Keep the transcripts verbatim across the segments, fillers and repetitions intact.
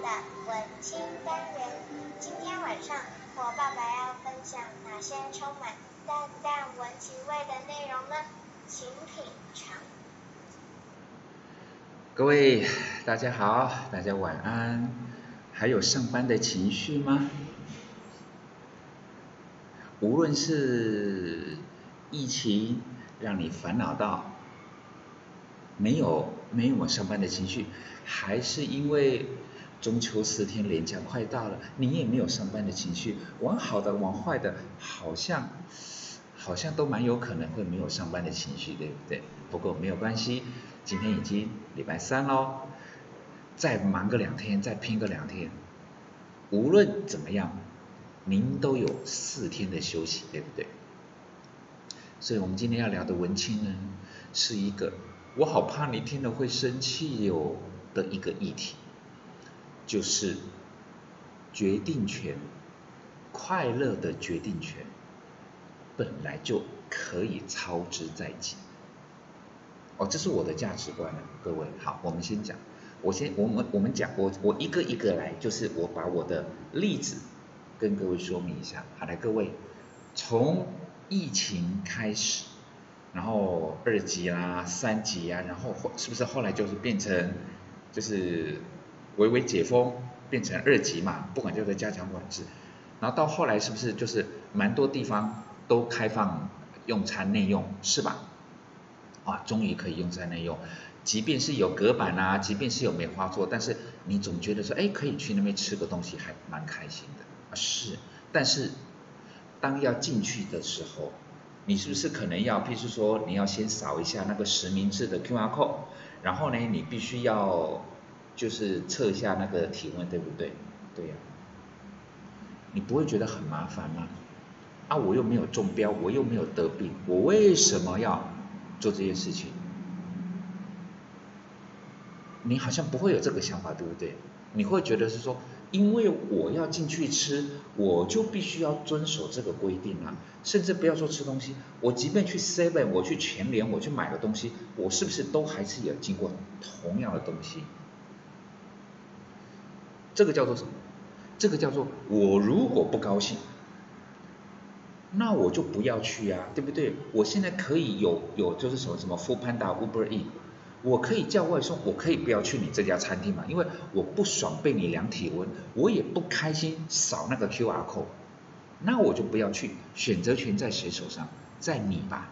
的文青单元。今天晚上我爸爸要分享哪些充满淡淡文情味的内容呢？请品尝。 各位大家好，大家晚安。还有上班的情绪吗？无论是疫情让你烦恼到没有没有上班的情绪，还是因为中秋四天连假快到了，你也没有上班的情绪，往好的往坏的，好像好像都蛮有可能会没有上班的情绪，对不对？不过没有关系，今天已经礼拜三咯，再忙个两天，再拼个两天，无论怎么样，您都有四天的休息，对不对？所以我们今天要聊的文青呢，是一个我好怕你听了会生气哟的一个议题，就是决定权，快乐的决定权本来就可以操之在己。哦，这是我的价值观了，各位。好，我们先讲，我先我们我们讲，我我一个一个来，就是我把我的例子跟各位说明一下。好，来各位，从疫情开始，然后二级啦、三级啊，然后是不是后来就是变成就是微微解封，变成二级嘛？不管叫做加强管制，然后到后来是不是就是蛮多地方都开放用餐内用，是吧？啊，终于可以用餐内用，即便是有隔板啊，即便是有梅花座，但是你总觉得说，哎，可以去那边吃个东西，还蛮开心的啊。是，但是当要进去的时候，你是不是可能要，譬如说你要先扫一下那个实名制的 Q R code， 然后呢，你必须要就是测一下那个体温，对不对？对呀、啊，你不会觉得很麻烦吗？啊，我又没有中标，我又没有得病，我为什么要做这件事情？你好像不会有这个想法，对不对？你会觉得是说，因为我要进去吃，我就必须要遵守这个规定啊。甚至不要说吃东西，我即便去 seven， 我去全联，我去买个东西，我是不是都还是有经过同样的东西？这个叫做什么？这个叫做我如果不高兴，那我就不要去啊，对不对？我现在可以有有就是什么什么 Foodpanda、Uber Eats， 我可以叫外送，我可以不要去你这家餐厅嘛，因为我不爽被你量体温，我也不开心扫那个 Q R code， 那我就不要去，选择权在谁手上？在你吧，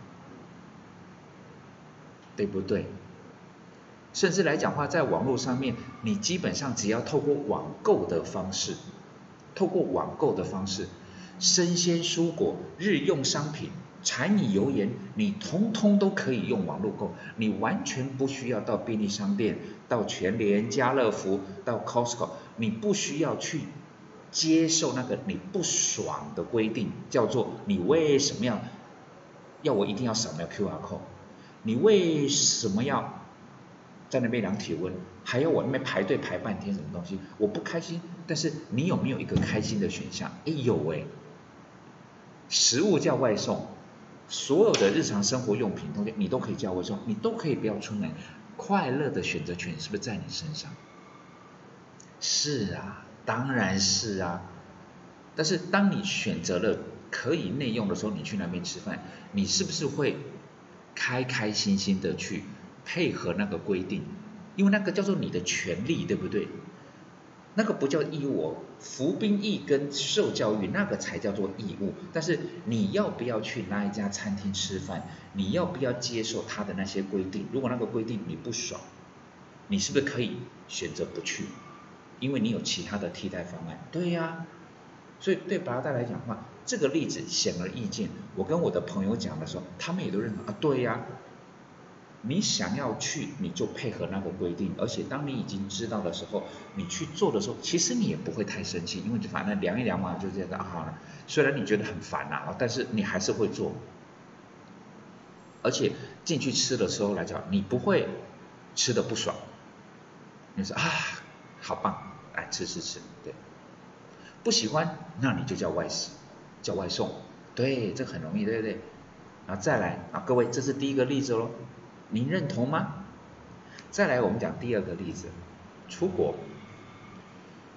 对不对？甚至来讲话，在网络上面，你基本上只要透过网购的方式，透过网购的方式，生鲜蔬果、日用商品、柴米油盐，你通通都可以用网络购，你完全不需要到便利商店、到全联、家乐福、到 Costco， 你不需要去接受那个你不爽的规定，叫做你为什么要要我一定要扫描 Q R code， 你为什么要在那边量体温，还要我那边排队排半天，什么东西？我不开心。但是你有没有一个开心的选项？哎，有哎，食物叫外送，所有的日常生活用品东西你都可以叫外送，你都可以不要出门，快乐的选择权是不是在你身上？是啊，当然是啊。但是当你选择了可以内用的时候，你去那边吃饭，你是不是会开开心心的去配合那个规定？因为那个叫做你的权利，对不对？那个不叫义务哦，服兵役跟受教育那个才叫做义务。但是你要不要去那一家餐厅吃饭？你要不要接受他的那些规定？如果那个规定你不爽，你是不是可以选择不去？因为你有其他的替代方案。对呀、啊，所以对八大来讲的话，这个例子显而易见。我跟我的朋友讲的时候，他们也都认为啊，对呀、啊。你想要去，你就配合那个规定，而且当你已经知道的时候，你去做的时候，其实你也不会太生气，因为反正量一量嘛，就这样啊好了。虽然你觉得很烦啊，但是你还是会做。而且进去吃的时候来讲，你不会吃的不爽，你说啊好棒，来吃吃吃，对。不喜欢，那你就叫外食，叫外送，对，这很容易，对不对？然后再来啊，各位，这是第一个例子咯。您认同吗？再来，我们讲第二个例子，出国。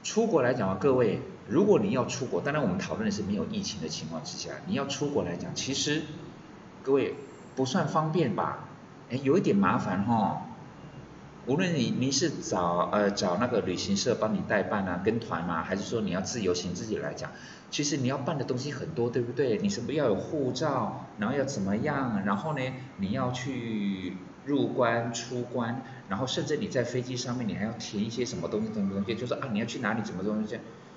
出国来讲啊，各位，如果你要出国，当然我们讨论的是没有疫情的情况之下，你要出国来讲，其实各位不算方便吧？哎，有一点麻烦哈、哦。无论你你是找呃找那个旅行社帮你代办啊，跟团啊，还是说你要自由行自己来讲，其实你要办的东西很多，对不对？你什么要有护照，然后要怎么样，然后呢你要去入关出关，然后甚至你在飞机上面你还要填一些什么东西什么东西，就是啊你要去哪里什么东西。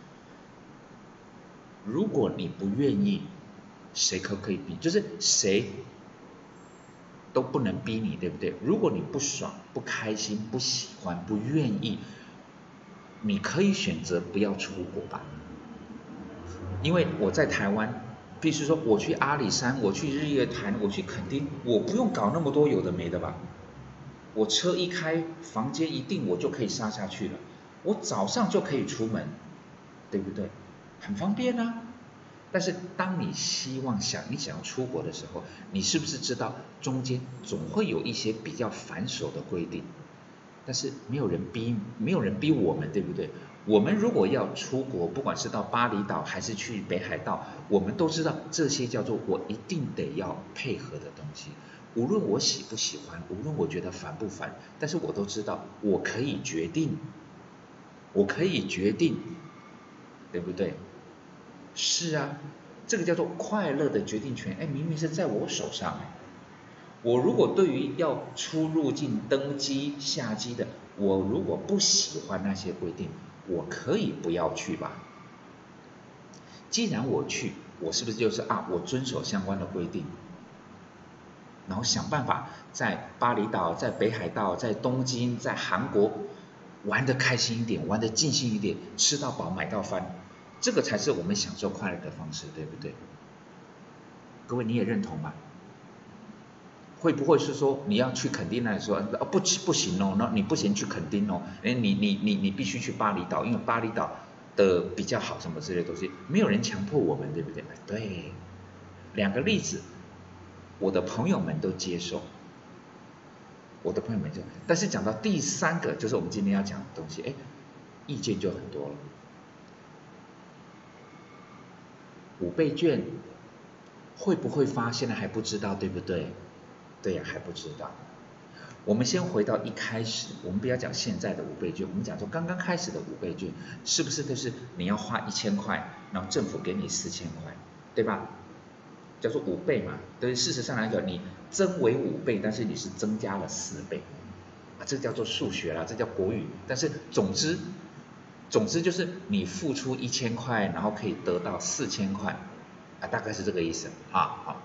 如果你不愿意，谁可不可以逼？就是谁都不能逼你，对不对？如果你不爽、不开心、不喜欢、不愿意，你可以选择不要出国吧。因为我在台湾，必须说我去阿里山，我去日月潭，我去垦丁，我不用搞那么多有的没的吧。我车一开，房间一定我就可以杀下去了。我早上就可以出门，对不对？很方便啊。但是当你希望想你想要出国的时候，你是不是知道中间总会有一些比较繁琐的规定？但是没有人逼，没有人逼我们，对不对？我们如果要出国，不管是到巴厘岛还是去北海道，我们都知道这些叫做我一定得要配合的东西。无论我喜不喜欢，无论我觉得烦不烦，但是我都知道我可以决定，我可以决定，对不对？是啊，这个叫做快乐的决定权，哎，明明是在我手上哎。我如果对于要出入境、登机、下机的，我如果不喜欢那些规定，我可以不要去吧。既然我去，我是不是就是啊，我遵守相关的规定，然后想办法在巴厘岛、在北海道、在东京、在韩国玩得开心一点，玩得尽兴一点，吃到饱，买到翻。这个才是我们享受快乐的方式，对不对？各位你也认同吗？会不会是说你要去垦丁来说，啊不不行哦，那你不行去垦丁哦，哎你你你你必须去巴厘岛，因为巴厘岛的比较好什么之类的东西，没有人强迫我们，对不对？对，两个例子，我的朋友们都接受，我的朋友们就，但是讲到第三个，就是我们今天要讲的东西，哎，意见就很多了。五倍券会不会发？现在还不知道，对不对？对呀，还不知道。我们先回到一开始，我们不要讲现在的五倍券，我们讲说刚刚开始的五倍券，是不是都是你要花一千块，然后政府给你四千块，对吧？叫做五倍嘛。对，事实上来讲，你增为五倍，但是你是增加了四倍，啊，这叫做数学啦，这叫国语。但是总之。总之就是你付出一千块，然后可以得到四千块，啊，大概是这个意思啊。好，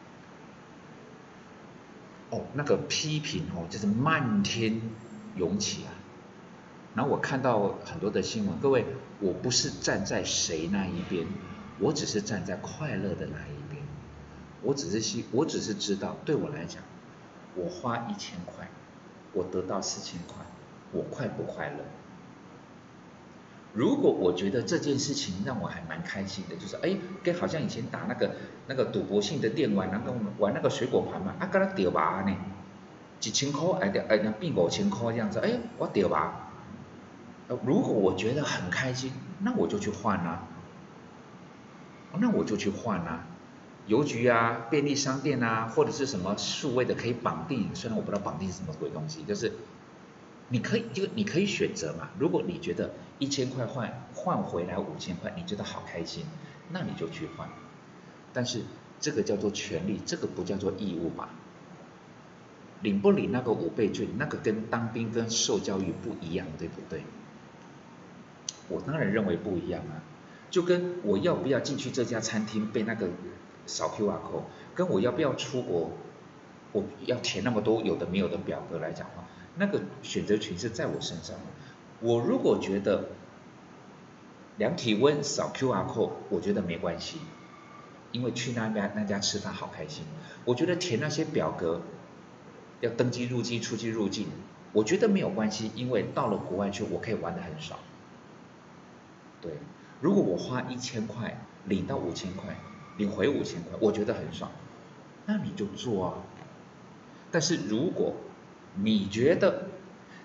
哦，那个批评哦，就是漫天涌起啊。然后我看到很多的新闻，各位，我不是站在谁那一边，我只是站在快乐的那一边。我只是希，我只是知道，对我来讲，我花一千块，我得到四千块，我快不快乐？如果我觉得这件事情让我还蛮开心的，就是哎，跟好像以前打那个那个赌博性的电玩，然后玩那个水果盘嘛，啊，跟他丢吧呢，几千块，哎哎，变五千块这样子，哎，我丢吧。如果我觉得很开心，那我就去换啊，那我就去换啊，邮局啊、便利商店啊，或者是什么数位的可以绑定，虽然我不知道绑定是什么鬼东西，就是。你可以，就你可以选择嘛。如果你觉得一千块换换回来五千块，你觉得好开心，那你就去换。但是这个叫做权利，这个不叫做义务吧？领不领那个五倍券，那个跟当兵跟受教育不一样，对不对？我当然认为不一样啊。就跟我要不要进去这家餐厅被那个扫 Q R code， 跟我要不要出国，我要填那么多有的没有的表格来讲话。那个选择权是在我身上的。我如果觉得量体温、扫 Q R code， 我觉得没关系，因为去那家那家吃饭好开心。我觉得填那些表格，要登机入境、出境入境，我觉得没有关系，因为到了国外去，我可以玩得很爽。对，如果我花一千块领到五千块，领回五千块，我觉得很爽，那你就做啊。但是如果你觉得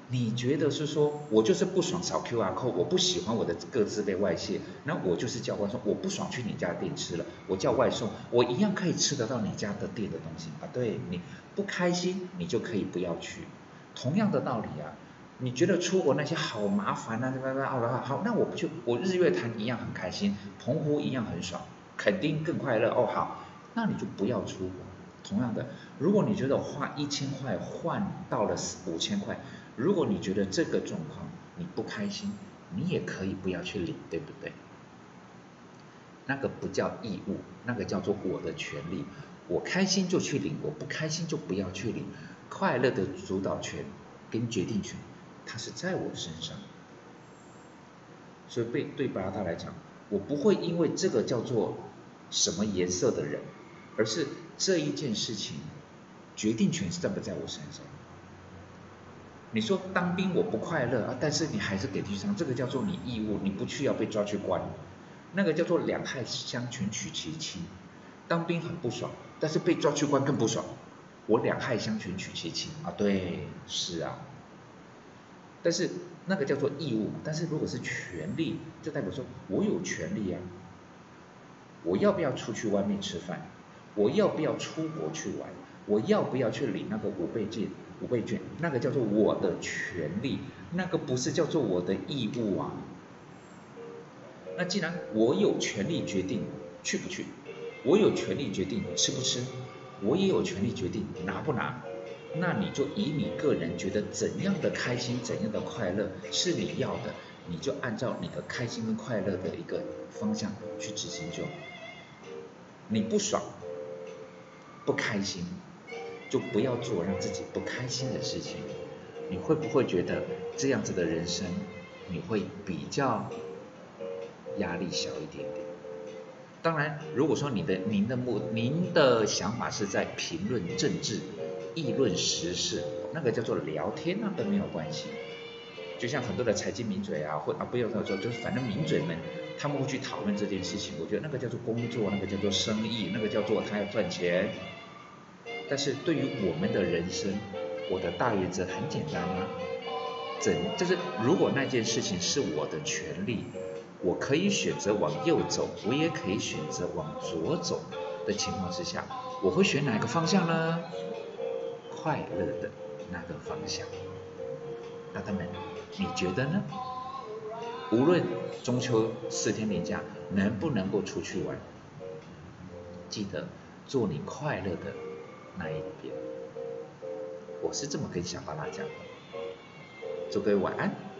你觉得是说我就是不爽扫 Q R code， 我不喜欢我的个资被外泄，那我就是叫外送，我不爽去你家店吃了，我叫外送，我一样可以吃得到你家的店的东西啊。对，你不开心，你就可以不要去。同样的道理啊，你觉得出国那些好麻烦啊，好，好，那我不去，我日月潭一样很开心，澎湖一样很爽，肯定更快乐哦。好，那你就不要出国。同样的，如果你觉得花一千块换到了五千块，如果你觉得这个状况你不开心，你也可以不要去领，对不对？那个不叫义务，那个叫做我的权利。我开心就去领，我不开心就不要去领。快乐的主导权跟决定权，它是在我身上。所以对对巴拉达来讲，我不会因为这个叫做什么颜色的人，而是这一件事情决定权是在不在我身上。你说当兵我不快乐啊，但是你还是给去上，这个叫做你义务，你不去要被抓去关，那个叫做两害相权取其轻。当兵很不爽，但是被抓去关更不爽，我两害相权取其轻啊，对，是啊。但是那个叫做义务，但是如果是权利，就代表说我有权利啊，我要不要出去外面吃饭，我要不要出国去玩，我要不要去领那个五倍券，五倍券，那个叫做我的权利，那个不是叫做我的义务啊。那既然我有权利决定去不去，我有权利决定吃不吃，我也有权利决定拿不拿，那你就以你个人觉得怎样的开心，怎样的快乐是你要的，你就按照你的开心跟快乐的一个方向去执行就好。你不爽不开心，就不要做让自己不开心的事情。你会不会觉得这样子的人生你会比较压力小一点点？当然如果说你的您的目您的想法是在评论政治议论时事，那个叫做聊天，那都没有关系。就像很多的财经名嘴啊，或啊不要说，就是反正名嘴们，他们会去讨论这件事情。我觉得那个叫做工作，那个叫做生意，那个叫做他要赚钱。但是对于我们的人生，我的大原则很简单啊，怎就是如果那件事情是我的权利，我可以选择往右走，我也可以选择往左走的情况之下，我会选哪个方向呢？快乐的那个方向。那他们，你觉得呢？无论中秋四天连假能不能够出去玩，记得做你快乐的那一边。我是这么跟小巴拉讲的。祝各位晚安。